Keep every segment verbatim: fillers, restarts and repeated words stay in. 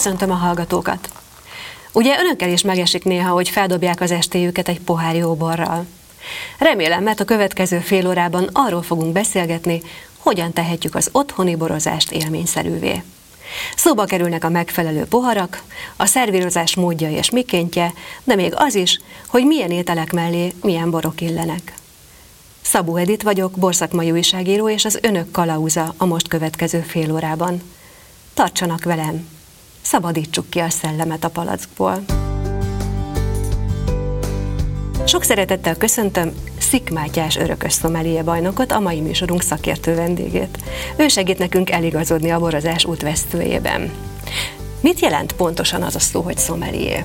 Köszöntöm a hallgatókat! Ugye önökkel is megesik néha, hogy feldobják az estéjüket egy pohár jó borral. Remélem, mert a következő fél órában arról fogunk beszélgetni, hogyan tehetjük az otthoni borozást élményszerűvé. Szóba kerülnek a megfelelő poharak, a szervírozás módja és mikéntje, de még az is, hogy milyen ételek mellé milyen borok illenek. Szabó Edit vagyok, borszakmai újságíró és az önök kalauza a most következő fél órában. Tartsanak velem! Szabadítsuk ki a szellemet a palackból. Sok szeretettel köszöntöm Szik Mátyás örökös szomelié bajnokot, a mai műsorunk szakértő vendégét. Ő segít nekünk eligazodni a borozás útvesztőjében. Mit jelent pontosan az a szó, hogy szomelié?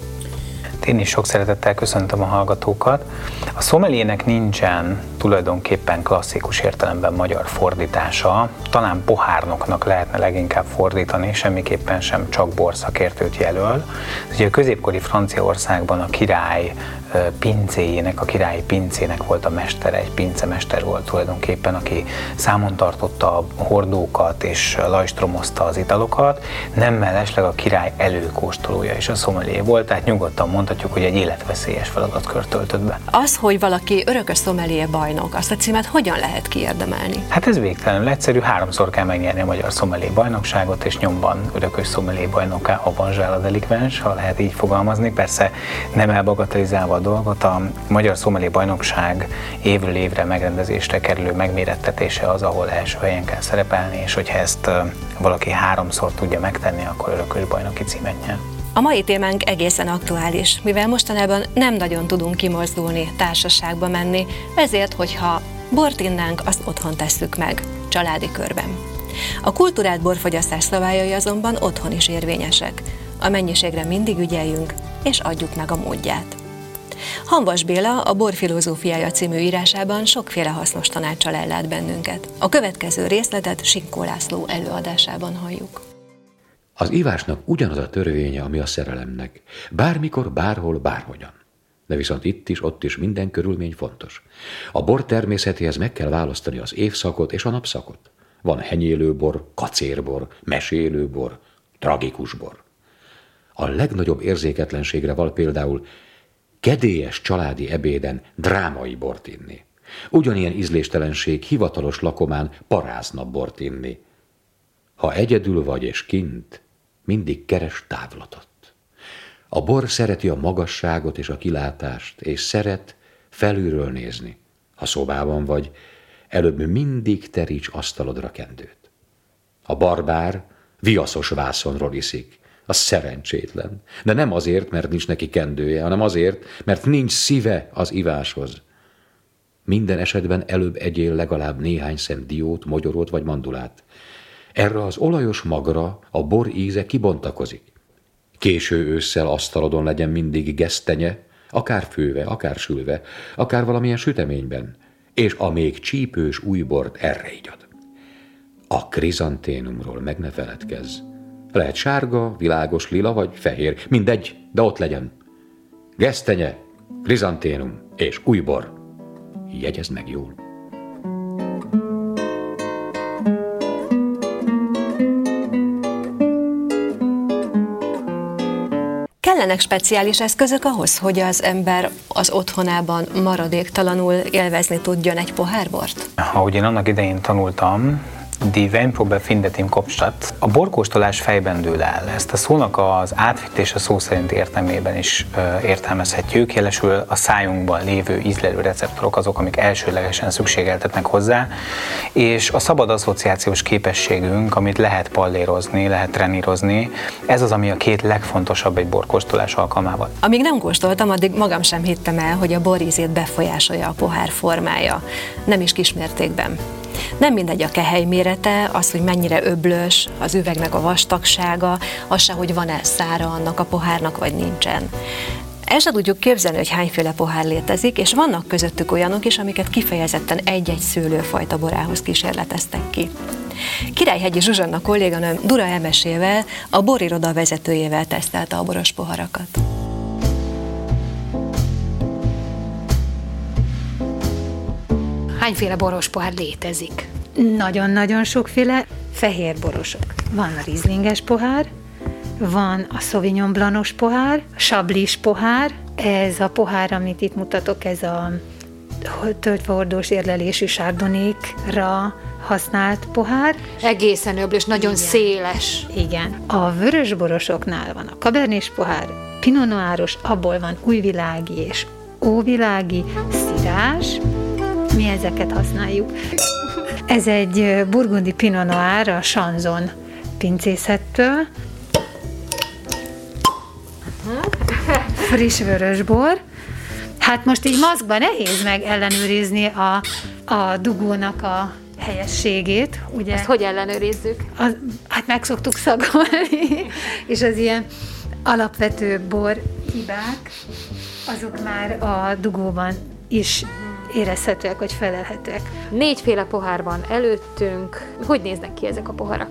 Én is sok szeretettel köszöntöm a hallgatókat. A szomeliének nincsen tulajdonképpen klasszikus értelemben magyar fordítása, talán pohárnoknak lehetne leginkább fordítani, semmiképpen sem csak borszakértőt jelöl. Ugye a középkori Franciaországban a király pincéjének, a királyi pincének volt a mestere, egy pincemester volt tulajdonképpen, aki számon tartotta a hordókat és lajstromozta az italokat, nem mellesleg a király előkóstolója is a szomelié volt, tehát nyugodtan mondhatjuk, hogy egy életveszélyes feladatkört töltött be. Az, hogy valaki örökös szomelié bajnok, azt a címet hogyan lehet kiérdemelni? Hát ez végtelenül egyszerű, háromszor kell megnyerni a magyar szomelié bajnokságot, és nyomban örökös szomelié bajnokká avanzsál a delikvens, ha lehet így fogalmazni, persze nem elbagatelizálva a dolgot. A Magyar Szomelié Bajnokság évről évre megrendezésre kerülő megmérettetése az, ahol első helyen kell szerepelni, és hogyha ezt valaki háromszor tudja megtenni, akkor örökös bajnoki címet nyer. A mai témánk egészen aktuális, mivel mostanában nem nagyon tudunk kimozdulni, társaságba menni, ezért, hogyha bort innánk, azt otthon tesszük meg, családi körben. A kultúrált borfogyasztás szabályai azonban otthon is érvényesek. A mennyiségre mindig ügyeljünk, és adjuk meg a módját. Hamvas Béla a Bor filozófiája című írásában sokféle hasznos tanáccsal ellát bennünket. A következő részletet Sinkó László előadásában halljuk. Az ivásnak ugyanaz a törvénye, ami a szerelemnek. Bármikor, bárhol, bárhogyan. De viszont itt is, ott is minden körülmény fontos. A bor természetéhez meg kell választani az évszakot és a napszakot. Van henyélőbor, kacérbor, mesélőbor, tragikus bor. A legnagyobb érzéketlenségre val például kedélyes családi ebéden drámai bort inni. Ugyanilyen ízléstelenség hivatalos lakomán paráznabb bort inni. Ha egyedül vagy és kint, mindig keres távlatot. A bor szereti a magasságot és a kilátást, és szeret felülről nézni. Ha szobában vagy, előbb mindig teríts asztalodra kendőt. A barbár viaszos vászonról iszik, az szerencsétlen. De nem azért, mert nincs neki kendője, hanem azért, mert nincs szíve az iváshoz. Minden esetben előbb egyél legalább néhány szem diót, mogyorót vagy mandulát. Erre az olajos magra a bor íze kibontakozik. Késő ősszel asztalodon legyen mindig gesztenye, akár főve, akár sülve, akár valamilyen süteményben, és a még csípős új bort erre igyad. A krizanténumról meg ne feledkezz. Lehet sárga, világos, lila vagy fehér, mindegy, de ott legyen. Gesztenye, krizanténum és új bor. Jegyezd meg jól. Kellenek speciális eszközök ahhoz, hogy az ember az otthonában maradéktalanul élvezni tudjon egy pohár bort? Ahogy én annak idején tanultam, Die Weinprobe findet im Kopfstatt. A borkóstolás fejben dől el. Ezt a szónak az átvitt és a szó szerint értelmében is ö, értelmezhetjük. Jelesül a szájunkban lévő ízlelő receptorok azok, amik elsőlegesen szükségeltetnek hozzá, és a szabad asszociációs képességünk, amit lehet pallérozni, lehet trenírozni, ez az, ami a két legfontosabb egy borkóstolás alkalmával. Amíg nem kóstoltam, addig magam sem hittem el, hogy a bor ízét befolyásolja a pohár formája. Nem is kismértékben. Nem mindegy a kehely mérete, az, hogy mennyire öblös, az üvegnek a vastagsága, az se, hogy van-e szára annak a pohárnak, vagy nincsen. El sem tudjuk képzelni, hogy hányféle pohár létezik, és vannak közöttük olyanok is, amiket kifejezetten egy-egy szőlőfajta borához kísérleteztek ki. Királyhegyi Zsuzsanna kolléganőm Dura Emesével, a boriroda vezetőjével tesztelte a boros poharakat. Hányféle boros pohár létezik? Nagyon-nagyon sokféle fehér borosok. Van a rizlinges pohár, van a Sauvignon Blancos pohár, Chablis pohár, ez a pohár, amit itt mutatok, ez a tölgyfahordós érlelésű sárdonékra használt pohár. Egészen öblös, nagyon Igen. széles. Igen. A vörösborosoknál van a Cabernet pohár, Pinot Noiros, abból van újvilági és óvilági, szirás. Mi ezeket használjuk. Ez egy burgundi Pinot Noir a Chanson pincészettől. Friss vörösbor. Hát most így maszkban nehéz meg ellenőrizni a, a dugónak a helyességét, ugye? Ezt hogy ellenőrizzük? Az, hát meg szoktuk szagolni, és az ilyen alapvető bor hibák, azok már a dugóban is érezhetőek, vagy felelhetőek. Négyféle pohár van előttünk. Hogy néznek ki ezek a poharak?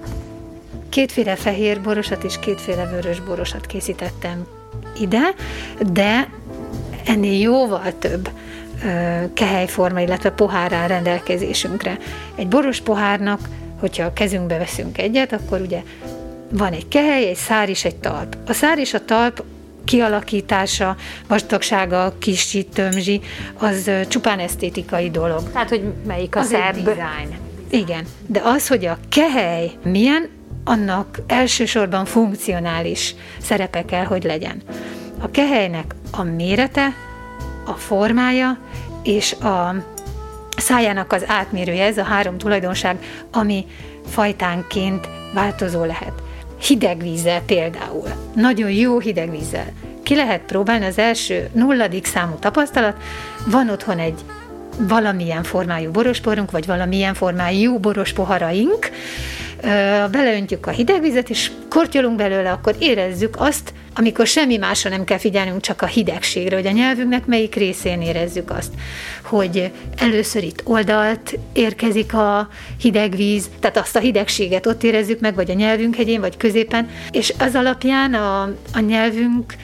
Kétféle fehér borosat és kétféle vörös borosat készítettem ide, de ennél jóval több ö, kehelyforma, illetve pohár áll rendelkezésünkre. Egy boros pohárnak, hogyha a kezünkbe veszünk egyet, akkor ugye van egy kehely, egy szár és egy talp. A szár és a talp kialakítása, vastagsága, kicsi, tömzsi, az ö, csupán esztétikai dolog. Tehát, hogy melyik a Az szebb? egy design. Igen, de az, hogy a kehely milyen, annak elsősorban funkcionális szerepe kell, hogy legyen. A kehelynek a mérete, a formája és a szájának az átmérője, ez a három tulajdonság, ami fajtánként változó lehet. Hideg vízzel például, nagyon jó hideg vízzel ki lehet próbálni az első nulladik számú tapasztalat, van otthon egy valamilyen formájú borosporunk, vagy valamilyen formájú boros poharaink, beleöntjük a hideg vizet, és kortyolunk belőle, akkor érezzük azt, amikor semmi másra nem kell figyelnünk, csak a hidegségre, hogy a nyelvünknek melyik részén érezzük azt, hogy először itt oldalt érkezik a hideg víz, tehát azt a hidegséget ott érezzük meg, vagy a nyelvünk hegyén, vagy középen, és az alapján a, a nyelvünk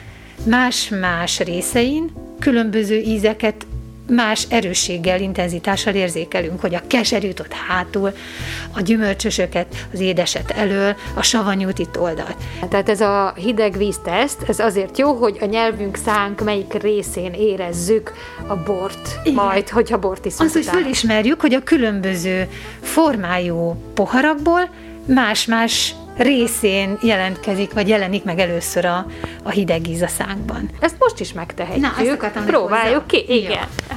más-más részein különböző ízeket más erősséggel, intenzitással érzékelünk, hogy a keserűt ott hátul, a gyümölcsösöket, az édeset elől, a savanyút itt oldalt. Tehát ez a hideg vízteszt, ez azért jó, hogy a nyelvünk, szánk melyik részén érezzük a bort, Igen. majd, hogyha bort iszunk. Az, hogy fölismerjük, hogy a különböző formájú poharakból más-más részén jelentkezik, vagy jelenik meg először a, a hideg íz a szánkban. Ezt most is megtehetjük. Na, ezt akartam Próbáljuk hozzá. ki. Igen. Ja.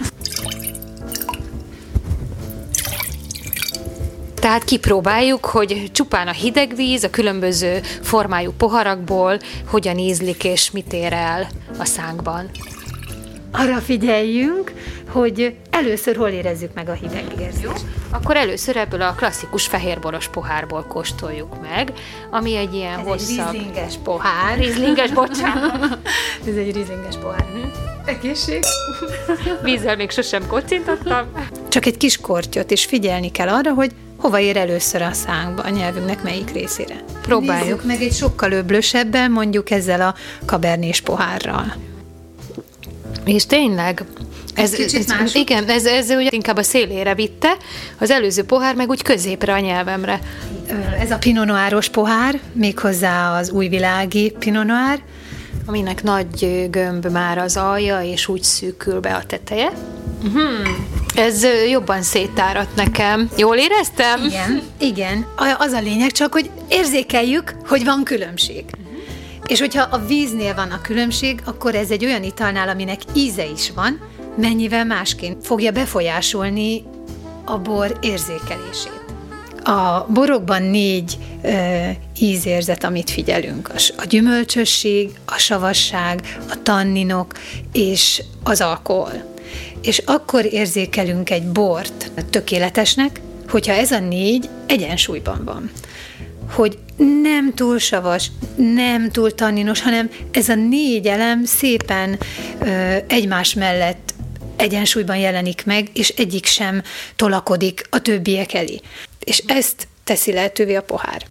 Tehát kipróbáljuk, hogy csupán a hideg víz a különböző formájú poharakból hogyan ízlik és mit ér el a szánkban. Arra figyeljünk, hogy először hol érezzük meg a hideg érzést. Akkor először ebből a klasszikus fehérboros pohárból kóstoljuk meg, ami egy ilyen Ez hosszabb... egy rizlinges pohár. Rizlinges, bocsánat. Ez egy rizlinges pohár. Egészség. Vízzel még sosem kocintottam. Csak egy kis kortyot, és figyelni kell arra, hogy hova ér először a szánkba, a nyelvünknek melyik részére. Próbáljuk. Nézzük meg egy sokkal öblösebben, mondjuk ezzel a kabernés pohárral. És tényleg, ez, kicsit ez, mások? igen, ez, ez ugye inkább a szélére vitte, az előző pohár meg úgy középre a nyelvemre. Ez a Pinot Noiros pohár, méghozzá az újvilági Pinot Noir. Aminek nagy gömb már az alja, és úgy szűkül be a teteje. Uh-huh. Ez jobban széttáradt nekem. Jól éreztem? Igen, igen. Az a lényeg csak, hogy érzékeljük, hogy van különbség. És hogyha a víznél van a különbség, akkor ez egy olyan italnál, aminek íze is van, mennyivel másként fogja befolyásolni a bor érzékelését. A borokban négy ö, ízérzet, amit figyelünk. A gyümölcsösség, a savasság, a tanninok és az alkohol. És akkor érzékelünk egy bort tökéletesnek, hogyha ez a négy egyensúlyban van. Hogy nem túl savas, nem túl tanninos, hanem ez a négy elem szépen ö, egymás mellett egyensúlyban jelenik meg, és egyik sem tolakodik a többiek elé. És ezt teszi lehetővé a pohár.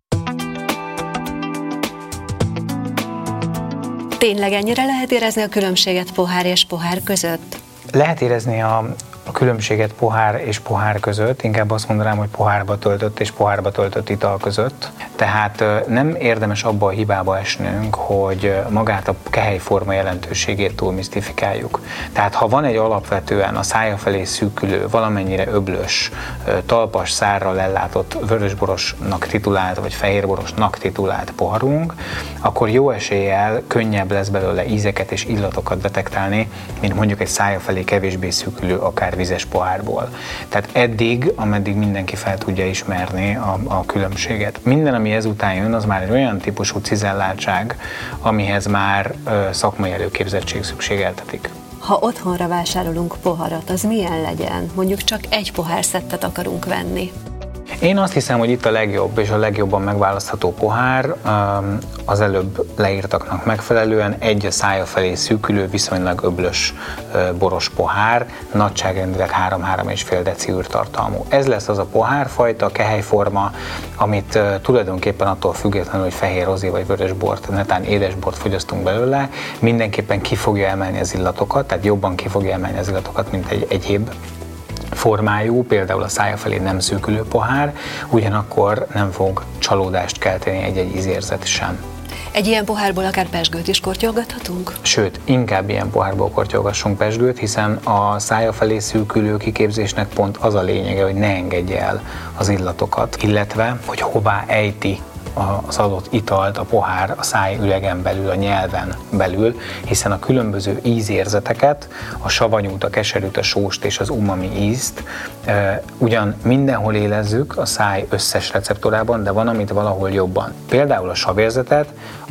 Tényleg ennyire lehet érezni a különbséget pohár és pohár között? Lehet érezni a, a különbséget pohár és pohár között, inkább azt mondanám, hogy pohárba töltött és pohárba töltött ital között. Tehát nem érdemes abba a hibába esnünk, hogy magát a kehelyforma jelentőségét túl misztifikáljuk. Tehát ha van egy alapvetően a szája felé szűkülő, valamennyire öblös, talpas szárral ellátott vörösborosnak titulált vagy fehérborosnak titulált poharunk, akkor jó eséllyel könnyebb lesz belőle ízeket és illatokat detektálni, mint mondjuk egy szája felé kevésbé szűkülő, akár vizes pohárból. Tehát eddig, ameddig mindenki fel tudja ismerni a, a különbséget. Minden, ami ezután jön, az már egy olyan típusú cizelláltság, amihez már ö, szakmai előképzettség szükségeltetik. Ha otthonra vásárolunk poharat, az milyen legyen? Mondjuk csak egy pohár szettet akarunk venni. Én azt hiszem, hogy itt a legjobb és a legjobban megválasztható pohár az előbb leírtaknak megfelelően egy a szája felé szűkülő, viszonylag öblös boros pohár, nagyságrendileg három-három és fél deci űrtartalmú. Ez lesz az a pohárfajta, a kehelyforma, amit tulajdonképpen attól függetlenül, hogy fehér rozé vagy vörösbort, netán édesbort fogyasztunk belőle, mindenképpen ki fogja emelni az illatokat, tehát jobban ki fogja emelni az illatokat, mint egy egyéb formájú, például a szája felé nem szűkülő pohár, ugyanakkor nem fog csalódást kelteni egy-egy ízérzet sem. Egy ilyen pohárból akár pezsgőt is kortyolgathatunk? Sőt, inkább ilyen pohárból kortyolgassunk pezsgőt, hiszen a szája felé szűkülő kiképzésnek pont az a lényege, hogy ne engedje el az illatokat, illetve hogy hová ejti az adott italt a pohár a szájüregen belül, a nyelven belül, hiszen a különböző ízérzeteket, a savanyút, a keserűt, a sóst és az umami ízt e, ugyan mindenhol élezzük a száj összes receptorában, de van, amit valahol jobban. Például a savérzetet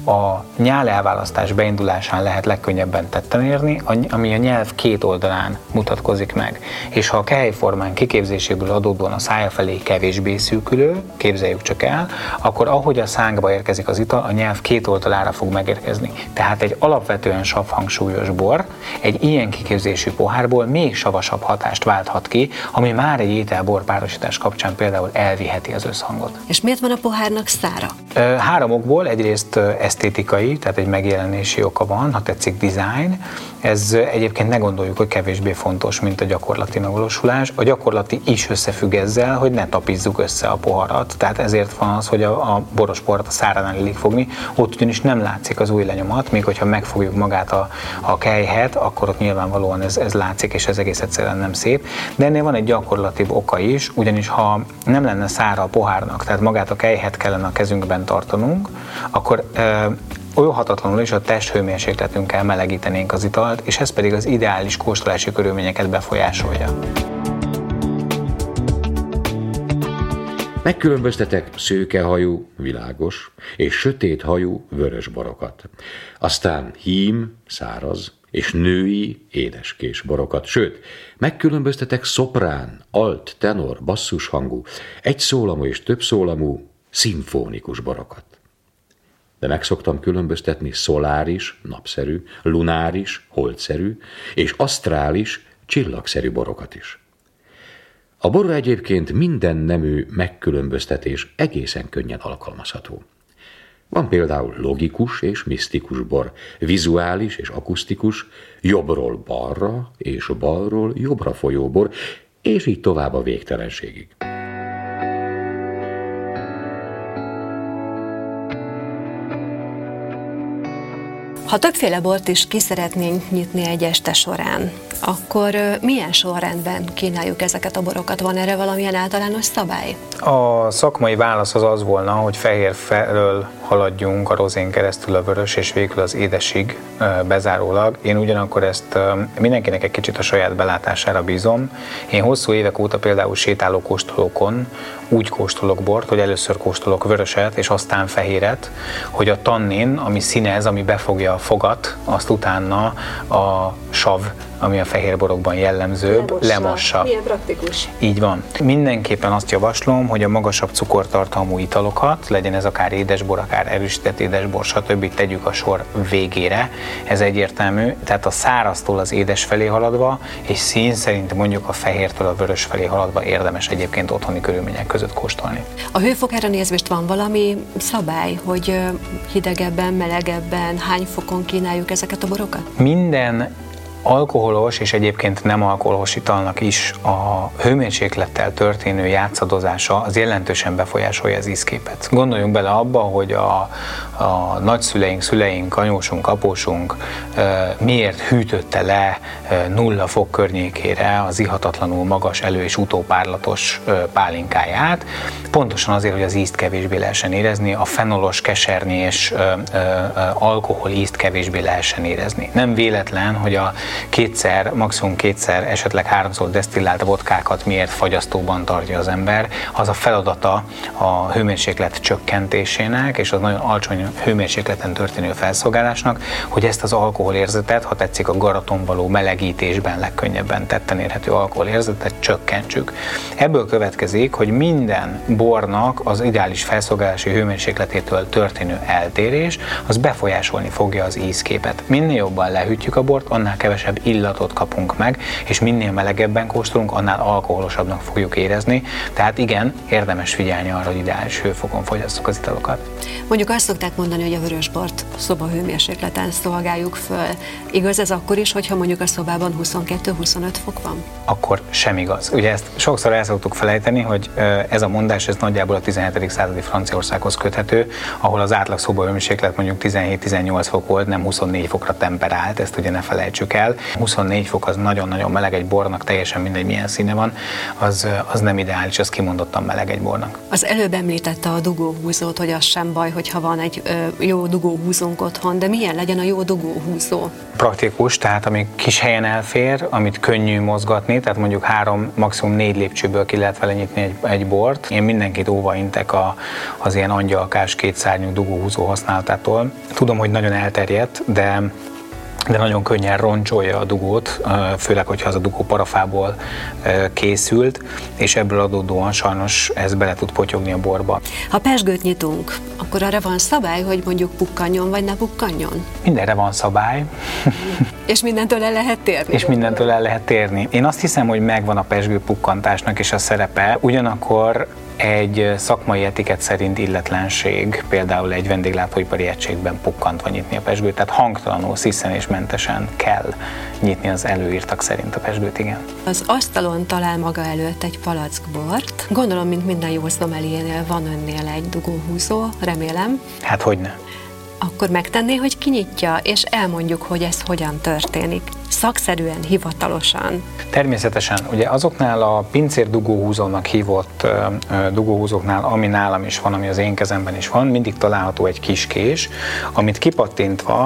a nyál elválasztás beindulásán lehet legkönnyebben tetten érni, ami a nyelv két oldalán mutatkozik meg. És ha a kehelyformán kiképzéséből adódóan a szája felé kevésbé szűkülő, képzeljük csak el, akkor ahogy a szánkba érkezik az ital, a nyelv két oldalára fog megérkezni. Tehát egy alapvetően savhangsúlyos bor egy ilyen kiképzésű pohárból még savasabb hatást válthat ki, ami már egy étel-bor párosítás kapcsán például elviheti az összhangot. És miért van a pohárnak szára? Három okból, egyrészt esztétikai, tehát egy megjelenési oka van, ha tetszik design. Ez egyébként ne gondoljuk, hogy kevésbé fontos, mint a gyakorlati megvalósulás. A gyakorlati is összefügg ezzel, hogy ne tapizzuk össze a poharat. Tehát ezért van az, hogy a, a boros poharat a száránál illik fogni, ott ugyanis nem látszik az új lenyomat, míg hogyha megfogjuk magát a, a kelyhet, akkor ott nyilvánvalóan ez, ez látszik, és ez egész egyszerűen nem szép. De ennél van egy gyakorlatibb oka is, ugyanis ha nem lenne szára a pohárnak, tehát magát a kelyhet kellene a kezünkben tartanunk, akkor olyhatatlanul is a testhőmérsékletünkkel melegítenénk az italt, és ez pedig az ideális kóstolási körülményeket befolyásolja. Megkülönböztetek szőkehajú, világos, és sötéthajú, vörös borokat. Aztán hím, száraz, és női, édeskés borokat. Sőt, megkülönböztetek szoprán, alt, tenor, basszushangú, egyszólamú és többszólamú, szimfonikus borokat. De meg szoktam különböztetni szoláris, napszerű, lunáris, holdszerű, és asztrális, csillagszerű borokat is. A borra egyébként minden nemű megkülönböztetés egészen könnyen alkalmazható. Van például logikus és misztikus bor, vizuális és akusztikus, jobbról balra és balról jobbra folyó bor, és így tovább a végtelenségig. Ha többféle bort is ki szeretnénk nyitni egy este során, akkor milyen sorrendben kínáljuk ezeket a borokat? Van erre valamilyen általános szabály? A szakmai válasz az az volna, hogy fehér felől haladjunk a rozén keresztül a vörös és végül az édesig bezárólag. Én ugyanakkor ezt mindenkinek egy kicsit a saját belátására bízom. Én hosszú évek óta például sétáló kóstolókon úgy kóstolok bort, hogy először kóstolok vöröset és aztán fehéret, hogy a tannin, ami színez, ami befogja a fogat, azt utána a sav, ami a fehér borokban jellemzőbb, lemossa. lemossa. Milyen praktikus. Így van. Mindenképpen azt javaslom, hogy a magasabb cukortartalmú italokat, legyen ez akár édesbor, akár erősített édesbor, stb. Tegyük a sor végére. Ez egyértelmű. Tehát a száraztól az édes felé haladva, és szín szerint mondjuk a fehértől a vörös felé haladva érdemes egyébként otthoni körülmények között kóstolni. A hőfokára nézvést van valami szabály, hogy hidegebben, melegebben, hány fokon kínáljuk ezeket a borokat? Minden alkoholos és egyébként nem alkoholos italnak is a hőmérséklettel történő játszadozása az jelentősen befolyásolja az ízképet. Gondoljunk bele abba, hogy a, a nagyszüleink, szüleink, anyósunk, apósunk e, miért hűtötte le e, nulla fok környékére az ihatatlanul magas elő- és utópárlatos e, pálinkáját, pontosan azért, hogy az ízt kevésbé lehessen érezni, a fenolos, kesernés e, e, alkohol ízt kevésbé lehessen érezni. Nem véletlen, hogy a kétszer, maximum kétszer, esetleg háromszor desztillált vodkákat miért fagyasztóban tartja az ember, az a feladata a hőmérséklet csökkentésének és az nagyon alacsony hőmérsékleten történő felszolgálásnak, hogy ezt az alkoholérzetet, ha tetszik a garaton való melegítésben legkönnyebben tetten érhető alkoholérzetet csökkentsük. Ebből következik, hogy minden bornak az ideális felszolgálási hőmérsékletétől történő eltérés, az befolyásolni fogja az ízképet. Minél jobban lehűtjük a bort, annál kevesebb illatot kapunk meg, és minél melegebben kóstolunk, annál alkoholosabbnak fogjuk érezni. Tehát igen, érdemes figyelni arra, hogy ideális hőfokon fogyasszuk az italokat. Mondjuk azt szokták mondani, hogy a vörösbort szobahőmérsékleten szolgáljuk föl. Igaz ez akkor is, hogyha mondjuk a szobában huszonkettő-huszonöt fok van? Akkor sem igaz. Ugye ezt sokszor el szoktuk felejteni, hogy ez a mondás ez nagyjából a tizenhetedik századi Franciaországhoz köthető, ahol az átlag szobahőmérséklet mondjuk tizenhét-tizennyolc fok volt, nem huszonnégy fokra temperált, ezt ugye ne felejtsük el. huszonnégy fok az nagyon-nagyon meleg egy bornak, teljesen mindegy milyen színe van, az, az nem ideális, az kimondottan meleg egy bornak. Az előbb említette a dugóhúzót, hogy az sem baj, hogyha van egy ö, jó dugóhúzónk otthon, de milyen legyen a jó dugóhúzó? Praktikus, tehát ami kis helyen elfér, amit könnyű mozgatni, tehát mondjuk három, maximum négy lépcsőből ki lehet vele nyitni egy, egy bort. Én mindenkit óva intek a, az ilyen angyalkás kétszárnyú dugóhúzó használatától. Tudom, hogy nagyon elterjedt, de de nagyon könnyen roncsolja a dugót, főleg, hogyha az a dugó parafából készült, és ebből adódóan sajnos ez bele tud potyogni a borba. Ha pezsgőt nyitunk, akkor arra van szabály, hogy mondjuk pukkanjon, vagy ne pukkanjon? Mindenre van szabály. És mindentől el lehet térni? És mindentől el lehet térni. Én azt hiszem, hogy megvan a pezsgő pukkantásnak is a szerepe, ugyanakkor egy szakmai etikett szerint illetlenség, például egy vendéglátóipari egységben pukkantva nyitni a pezsgőt, tehát hangtalanul, sziszenésmentesen kell nyitni az előírtak szerint a pezsgőt, igen. Az asztalon talál maga előtt egy palack bort. Gondolom, mint minden jó szomeliénél van önnél egy dugóhúzó, remélem. Hát hogyne. Akkor megtenné, hogy kinyitja, és elmondjuk, hogy ez hogyan történik. Szakszerűen, hivatalosan. Természetesen, ugye azoknál a pincér dugóhúzónak hívott uh, dugóhúzóknál, ami nálam is van, ami az én kezemben is van, mindig található egy kis kés, amit kipattintva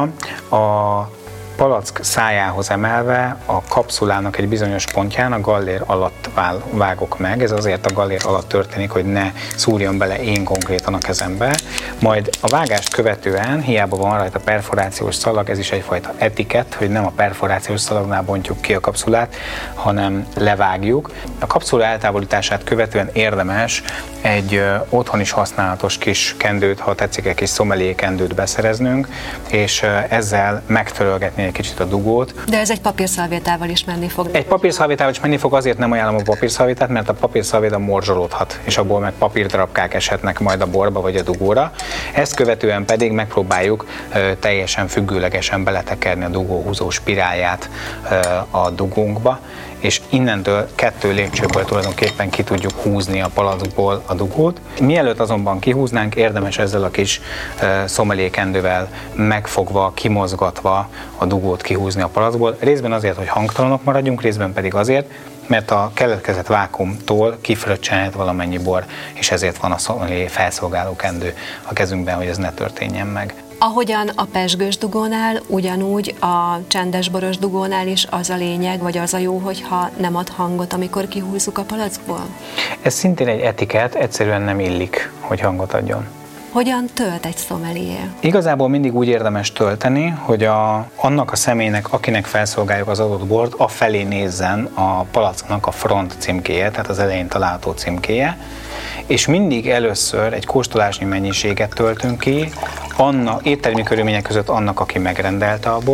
a palack szájához emelve a kapszulának egy bizonyos pontján a gallér alatt vágok meg. Ez azért a gallér alatt történik, hogy ne szúrjon bele én konkrétan a kezembe. Majd a vágást követően, hiába van rajta perforációs szalag, ez is egyfajta etikett, hogy nem a perforációs szalagnál bontjuk ki a kapszulát, hanem levágjuk. A kapszula eltávolítását követően érdemes egy ö, otthon is használatos kis kendőt, ha tetszik, egy kis sommelier kendőt beszereznünk, és ö, ezzel megtörölgetni egy kicsit a dugót. De ez egy papírszalvétával is menni fog. Egy papírszalvétával is menni fog, azért nem ajánlom a papírszalvétát, mert a papírszalvéta morzsolódhat, és abból meg papírdarabkák eshetnek majd a borba vagy a dugóra. Ezt követően pedig megpróbáljuk ö, teljesen függőlegesen beletekerni a dugóhúzó spirálját ö, a dugónkba, és innentől kettő lépcsőből tulajdonképpen ki tudjuk húzni a palackból a dugót. Mielőtt azonban kihúznánk, érdemes ezzel a kis uh, sommelier kendővel megfogva, kimozgatva a dugót kihúzni a palackból. Részben azért, hogy hangtalanok maradjunk, részben pedig azért, mert a keletkezett vákuumtól kifröccsenhet valamennyi bor, és ezért van a sommelier felszolgáló kendő a kezünkben, hogy ez ne történjen meg. Ahogyan a pezsgős dugónál, ugyanúgy a csendesboros dugónál is az a lényeg, vagy az a jó, hogyha nem ad hangot, amikor kihúzzuk a palackból? Ez szintén egy etikett, egyszerűen nem illik, hogy hangot adjon. Hogyan tölt egy sommelier? Igazából mindig úgy érdemes tölteni, hogy a, annak a személynek, akinek felszolgáljuk az adott bort, afelé nézzen a palacknak a front címkéje, tehát az elején található címkéje, és mindig először egy kóstolásnyi mennyiséget töltünk ki, annak, éttermi körülmények között annak, aki megrendelte a bort,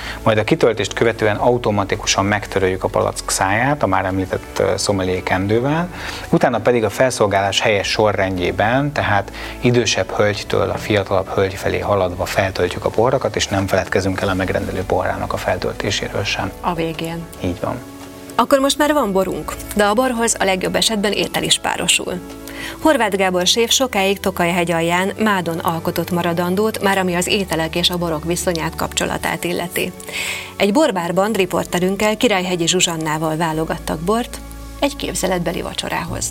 majd a kitöltést követően automatikusan megtöröljük a palack száját a már említett szomelié kendővel, utána pedig a felszolgálás helyes sorrendjében, tehát idősebb hölgytől a fiatalabb hölgy felé haladva feltöltjük a poharakat, és nem feledkezünk el a megrendelő poharának a feltöltéséről sem. A végén. Így van. Akkor most már van borunk, de a borhoz a legjobb esetben étel is párosul. Horváth Gábor séf sokáig Tokaj-hegy alján mádon alkotott maradandót, már ami az ételek és a borok viszonyát, kapcsolatát illeti. Egy borbárban riporterünkkel, Királyhegyi Zsuzsannával válogattak bort egy képzeletbeli vacsorához.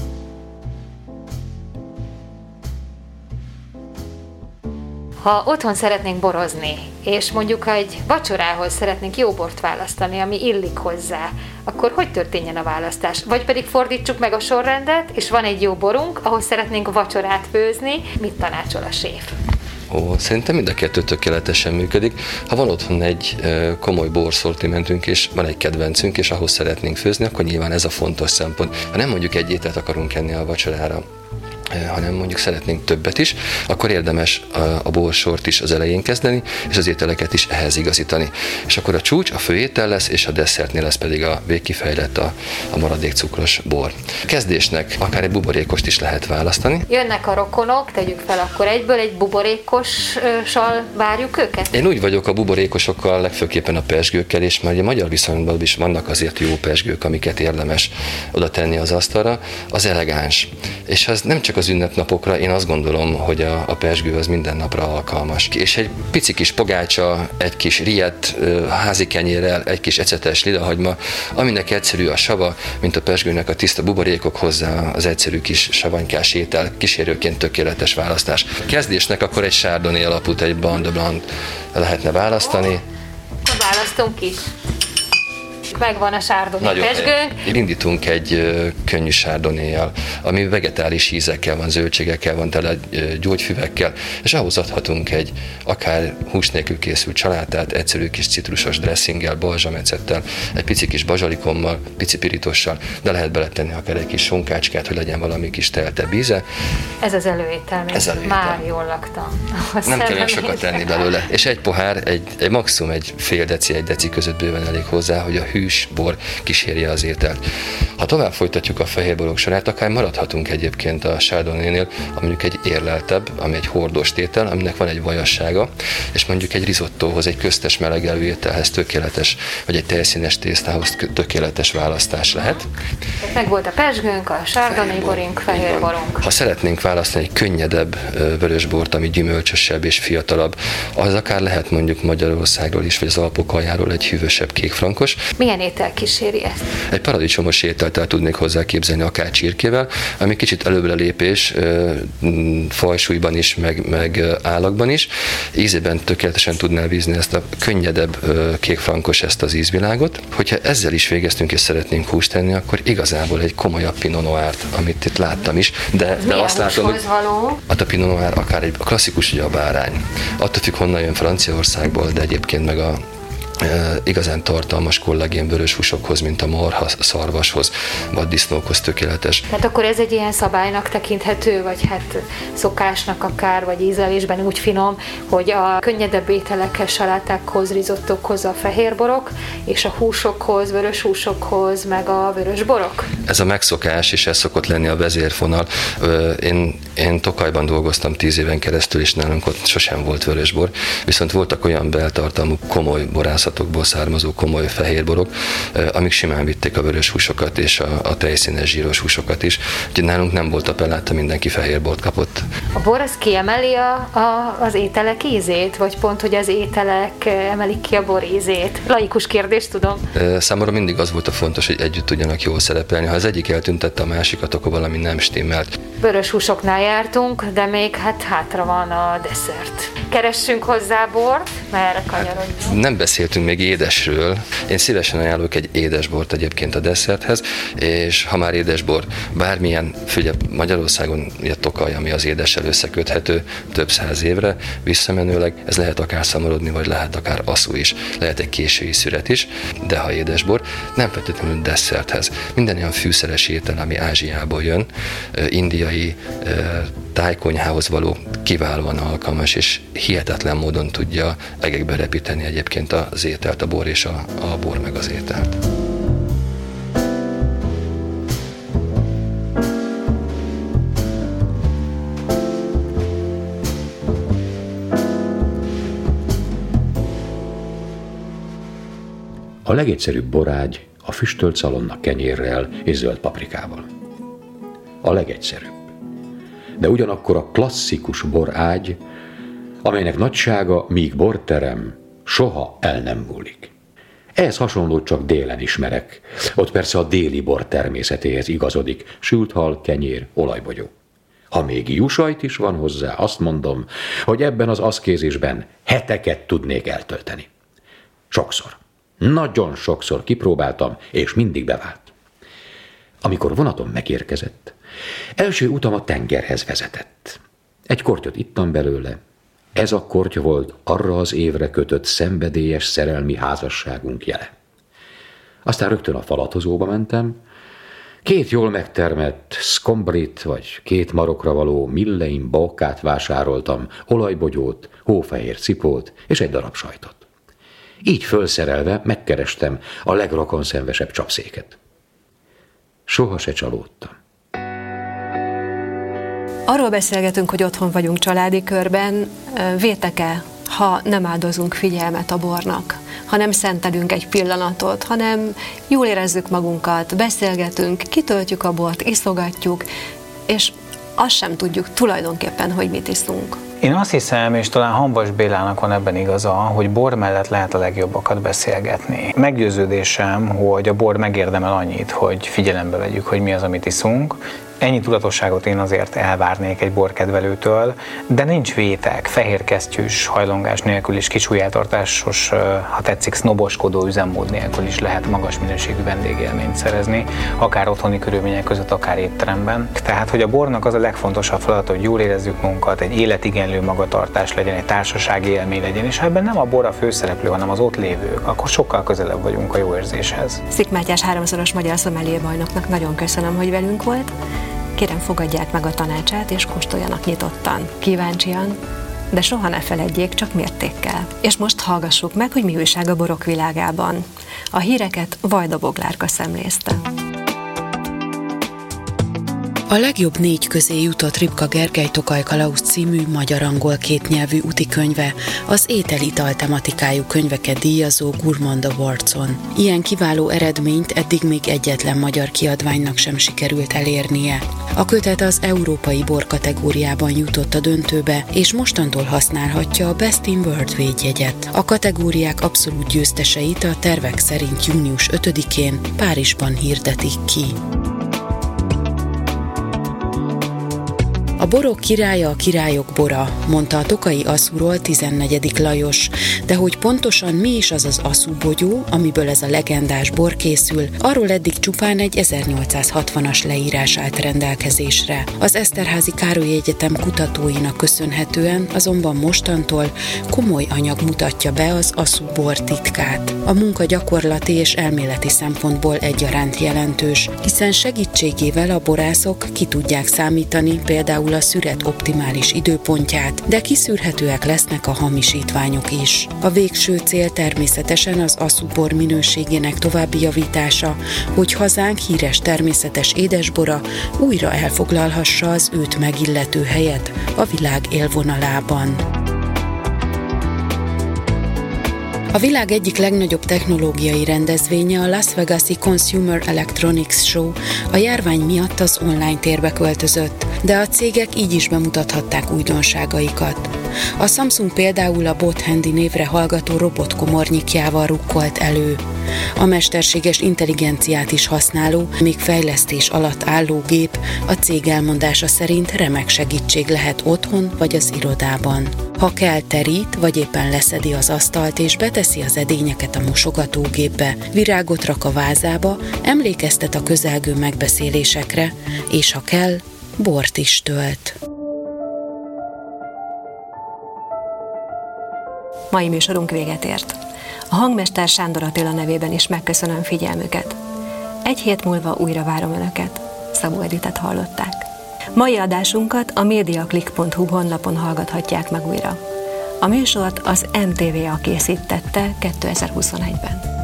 Ha otthon szeretnénk borozni, és mondjuk egy vacsorához szeretnénk jó bort választani, ami illik hozzá, akkor hogy történjen a választás? Vagy pedig fordítsuk meg a sorrendet, és van egy jó borunk, ahhoz szeretnénk vacsorát főzni, mit tanácsol a séf? Ó, szerintem mind a kettő tökéletesen működik. Ha van otthon egy komoly borszortimentünk, és van egy kedvencünk, és ahhoz szeretnénk főzni, akkor nyilván ez a fontos szempont. Ha nem mondjuk egy ételt akarunk enni a vacsorára, hanem mondjuk szeretnénk többet is, akkor érdemes a, a borsort is az elején kezdeni, és az ételeket is ehhez igazítani. És akkor a csúcs a főétel lesz, és a desszertnél lesz pedig a végkifejlett a, a maradék cukros bor. Kezdésnek akár egy buborékost is lehet választani. Jönnek a rokonok, tegyük fel akkor egyből egy buborékossal várjuk őket? Én úgy vagyok a buborékosokkal, legfőképpen a pezsgőkkel, és már a magyar viszonyban is vannak azért jó pezsgők, amiket érdemes oda tenni az asztalra. Az elegáns. És az nem csak az ünnepnapokra, én azt gondolom, hogy a, a pezsgő az minden napra alkalmas. És egy pici kis pogácsa, egy kis riett házi kenyérrel, egy kis ecetes lidahagyma, aminek egyszerű a sava, mint a pezsgőnek a tiszta buborékok, hozzá az egyszerű kis savanykás étel, kísérőként tökéletes választás. Kezdésnek akkor egy chardonnay alapút, egy Blanc de Blanc lehetne választani. Választunk is. Megvan a chardonnay pezsgőnk. Indítunk egy ö, könnyű chardonnay-jal, ami vegetális ízekkel van, zöldségekkel van, tele ö, gyógyfüvekkel, és ahhoz adhatunk egy akár hús nélkül készült csalátát, egyszerű kis citrusos dressinggel, balzsamecettel, egy pici kis bazsalikommal, pici pirítossal, de lehet beletenni akár egy kis sonkácskát, hogy legyen valami kis teltebb íze. Ez az előétel, Ez előétel. Már jól laktam. Nem kell olyan sokat tenni belőle. És egy pohár, egy, egy maximum egy fél deci, egy deci között bőven elég hozzá, hogy a hűs bor kísérje az ételt. Ha tovább folytatjuk a fehérborok sorát, akár maradhatunk egyébként a chardonnaynél, mondjuk egy érleltebb, ami egy hordós étel, aminek van egy vajassága, és mondjuk egy risottóhoz, egy köztes melegelő ételhez tökéletes, vagy egy tejszínes tésztához tökéletes választás lehet. Meg volt a pezsgőnk, a chardonnay borunk, fehérborunk. Ha szeretnénk választani egy könnyedebb vörösbort, ami gyümölcsösebb és fiatalabb, az akár lehet mondjuk Magyarországról is, vagy az Alpok aljáról egy hűvösebb kékfrankos. Milyen étel kíséri ezt? Egy paradicsomos ételt el tudnék hozzá képzelni akár csirkével, ami kicsit előbbre lépés fajsúlyban is, meg, meg állagban is. Ízében tökéletesen tudná vízni ezt a könnyedebb kékfrankos, ezt az ízvilágot. Hogyha ezzel is végeztünk és szeretnénk húst tenni, akkor igazából egy komolyabb Pinot Noirt, amit itt láttam is, de, de azt látom, hogy a Pinot Noir akár egy klasszikus, ugye a bárány. Attól függ, honnan jön Franciaországból, de egyébként meg a E, igazán tartalmas kollagén vörös húsokhoz, mint a marha, szarvashoz, vaddisznókhoz tökéletes. Tehát akkor ez egy ilyen szabálynak tekinthető, vagy hát szokásnak akár, vagy ízlelésben úgy finom, hogy a könnyedebb ételekhez, salátákhoz, rizottókhoz a fehérborok, és a húsokhoz, vörös húsokhoz, meg a vörös borok? Ez a megszokás, és ez szokott lenni a vezérfonal. Én, én Tokajban dolgoztam tíz éven keresztül, és nálunk ott sosem volt vörösbor, viszont voltak olyan beltartalmú komoly borászatokból származó komoly fehérborok, amik simán vitték a vörös húsokat és a, a tejszínes zsíros húsokat is. Úgyhogy nálunk nem volt appelláta, mindenki fehérbort kapott. A bor az kiemeli a, a, az ételek ízét, vagy pont, hogy az ételek emelik ki a bor ízét? Laikus kérdés, tudom. Számomra mindig az volt a fontos, hogy együtt tudjanak jól szerepelni. Ha az egyik eltüntette a másikat, akkor valami nem stimmelt. Vörös húsoknál jártunk, de még hát hátra van a desszert. Keressünk hozzá bort, merre kanyarodjunk? Hát nem beszéltünk beszéltünk még édesről. Én szívesen ajánlok egy édesbort egyébként a desszerthez, és ha már édesbor, bármilyen, figyelj, Magyarországon ugye Tokaj, ami az édessel összeköthető több száz évre visszamenőleg, ez lehet akár szamorodni, vagy lehet akár aszú is, lehet egy késői szüret is, de ha édesbor, nem feltétlenül desszerthez. Minden olyan fűszeres étel, ami Ázsiából jön, indiai tájkonyhához való kiválóan alkalmas, és hihetetlen módon tudja egekbe repíteni egyébként az ételt, a bor és a, a bor meg az ételt. A legegyszerűbb borágy a füstölt szalonna kenyérrel és zöld paprikával. A legegyszerűbb. De ugyanakkor a klasszikus borágy, amelynek nagysága, míg borterem, soha el nem múlik. Ehhez hasonlót csak délen ismerek. Ott persze a déli bor természetéhez igazodik, sült hal, kenyér, olajbogyó. Ha még juhsajt is van hozzá, azt mondom, hogy ebben az aszkézisben heteket tudnék eltölteni. Sokszor. Nagyon sokszor kipróbáltam, és mindig bevált. Amikor vonatom megérkezett, első utam a tengerhez vezetett. Egy kortyot ittam belőle. Ez a korty volt arra az évre kötött szenvedélyes szerelmi házasságunk jele. Aztán rögtön a falatozóba mentem, két jól megtermett szkombrit, vagy két marokra való millein bókát vásároltam, olajbogyót, hófehér cipót és egy darab sajtot. Így fölszerelve megkerestem a legrokonszenvesebb csapszéket. Soha se csalódtam. Arról beszélgetünk, hogy otthon vagyunk családi körben. Vétek-e, ha nem áldozunk figyelmet a bornak, ha nem szentelünk egy pillanatot, hanem jól érezzük magunkat, beszélgetünk, kitöltjük a bort, iszogatjuk, és azt sem tudjuk tulajdonképpen, hogy mit iszunk. Én azt hiszem, és talán Hamvas Bélának van ebben igaza, hogy bor mellett lehet a legjobbakat beszélgetni. Meggyőződésem, hogy a bor megérdemel annyit, hogy figyelembe vegyük, hogy mi az, amit iszunk. Ennyi tudatosságot én azért elvárnék egy borkedvelőtől, de nincs vétek, fehérkesztyűs, hajlongás nélkül is, kisúlyeltartásos, ha tetszik, sznoboskodó üzemmód nélkül is lehet magas minőségű vendégélményt szerezni, akár otthoni körülmények között, akár étteremben. Tehát, hogy a bornak az a legfontosabb feladat, hogy jól érezzük magunkat, egy életigenlő magatartás legyen, egy társasági élmény legyen, és ha ebben nem a bor a főszereplő, hanem az ott lévők, akkor sokkal közelebb vagyunk a jó érzéshez. Szik Mátyás háromszoros magyar szomelié bajnoknak nagyon köszönöm, hogy velünk volt. Kérem, fogadják meg a tanácsát, és kóstoljanak nyitottan, kíváncsian, de soha ne feledjék, csak mértékkel. És most hallgassuk meg, hogy mi újság a borok világában. A híreket Vajda Boglárka szemlézte. A legjobb négy közé jutott Ripka Gergely Tokaj Kalauz című magyar-angol kétnyelvű útikönyve az étel-ital tematikájú könyveket díjazó Gourmand Awardson. Ilyen kiváló eredményt eddig még egyetlen magyar kiadványnak sem sikerült elérnie. A kötet az európai bor kategóriában jutott a döntőbe, és mostantól használhatja a Best in World védjegyet. A kategóriák abszolút győzteseit a tervek szerint június ötödikén Párizsban hirdetik ki. A borok királya a királyok bora, mondta a tokaji aszúról tizennegyedik Lajos, de hogy pontosan mi is az az aszúbogyó, amiből ez a legendás bor készül, arról eddig csupán egy ezernyolcszázhatvanas leírás állt rendelkezésre. Az Eszterházy Károly Egyetem kutatóinak köszönhetően azonban mostantól komoly anyag mutatja be az aszúbor titkát. A munka gyakorlati és elméleti szempontból egyaránt jelentős, hiszen segítségével a borászok ki tudják számítani például a szüret optimális időpontját, de kiszűrhetőek lesznek a hamisítványok is. A végső cél természetesen az aszúbor minőségének további javítása, hogy hazánk híres természetes édesbora újra elfoglalhassa az őt megillető helyet a világ élvonalában. A világ egyik legnagyobb technológiai rendezvénye, a Las Vegas-i Consumer Electronics Show a járvány miatt az online térbe költözött, de a cégek így is bemutathatták újdonságaikat. A Samsung például a Bot Handy névre hallgató robotkomornyikjával rukkolt elő. A mesterséges intelligenciát is használó, még fejlesztés alatt álló gép a cég elmondása szerint remek segítség lehet otthon vagy az irodában. Ha kell, terít, vagy éppen leszedi az asztalt és beteszi az edényeket a mosogatógépbe, virágot rak a vázába, emlékeztet a közelgő megbeszélésekre, és ha kell, bort is tölt. Mai műsorunk véget ért. A hangmester Sándor Attila nevében is megköszönöm figyelmüket. Egy hét múlva újra várom Önöket. Szabó Editet hallották. Mai adásunkat a mediaclick pont hu honlapon hallgathatják meg újra. A műsort az em té vé á készítette kétezer-huszonegyben.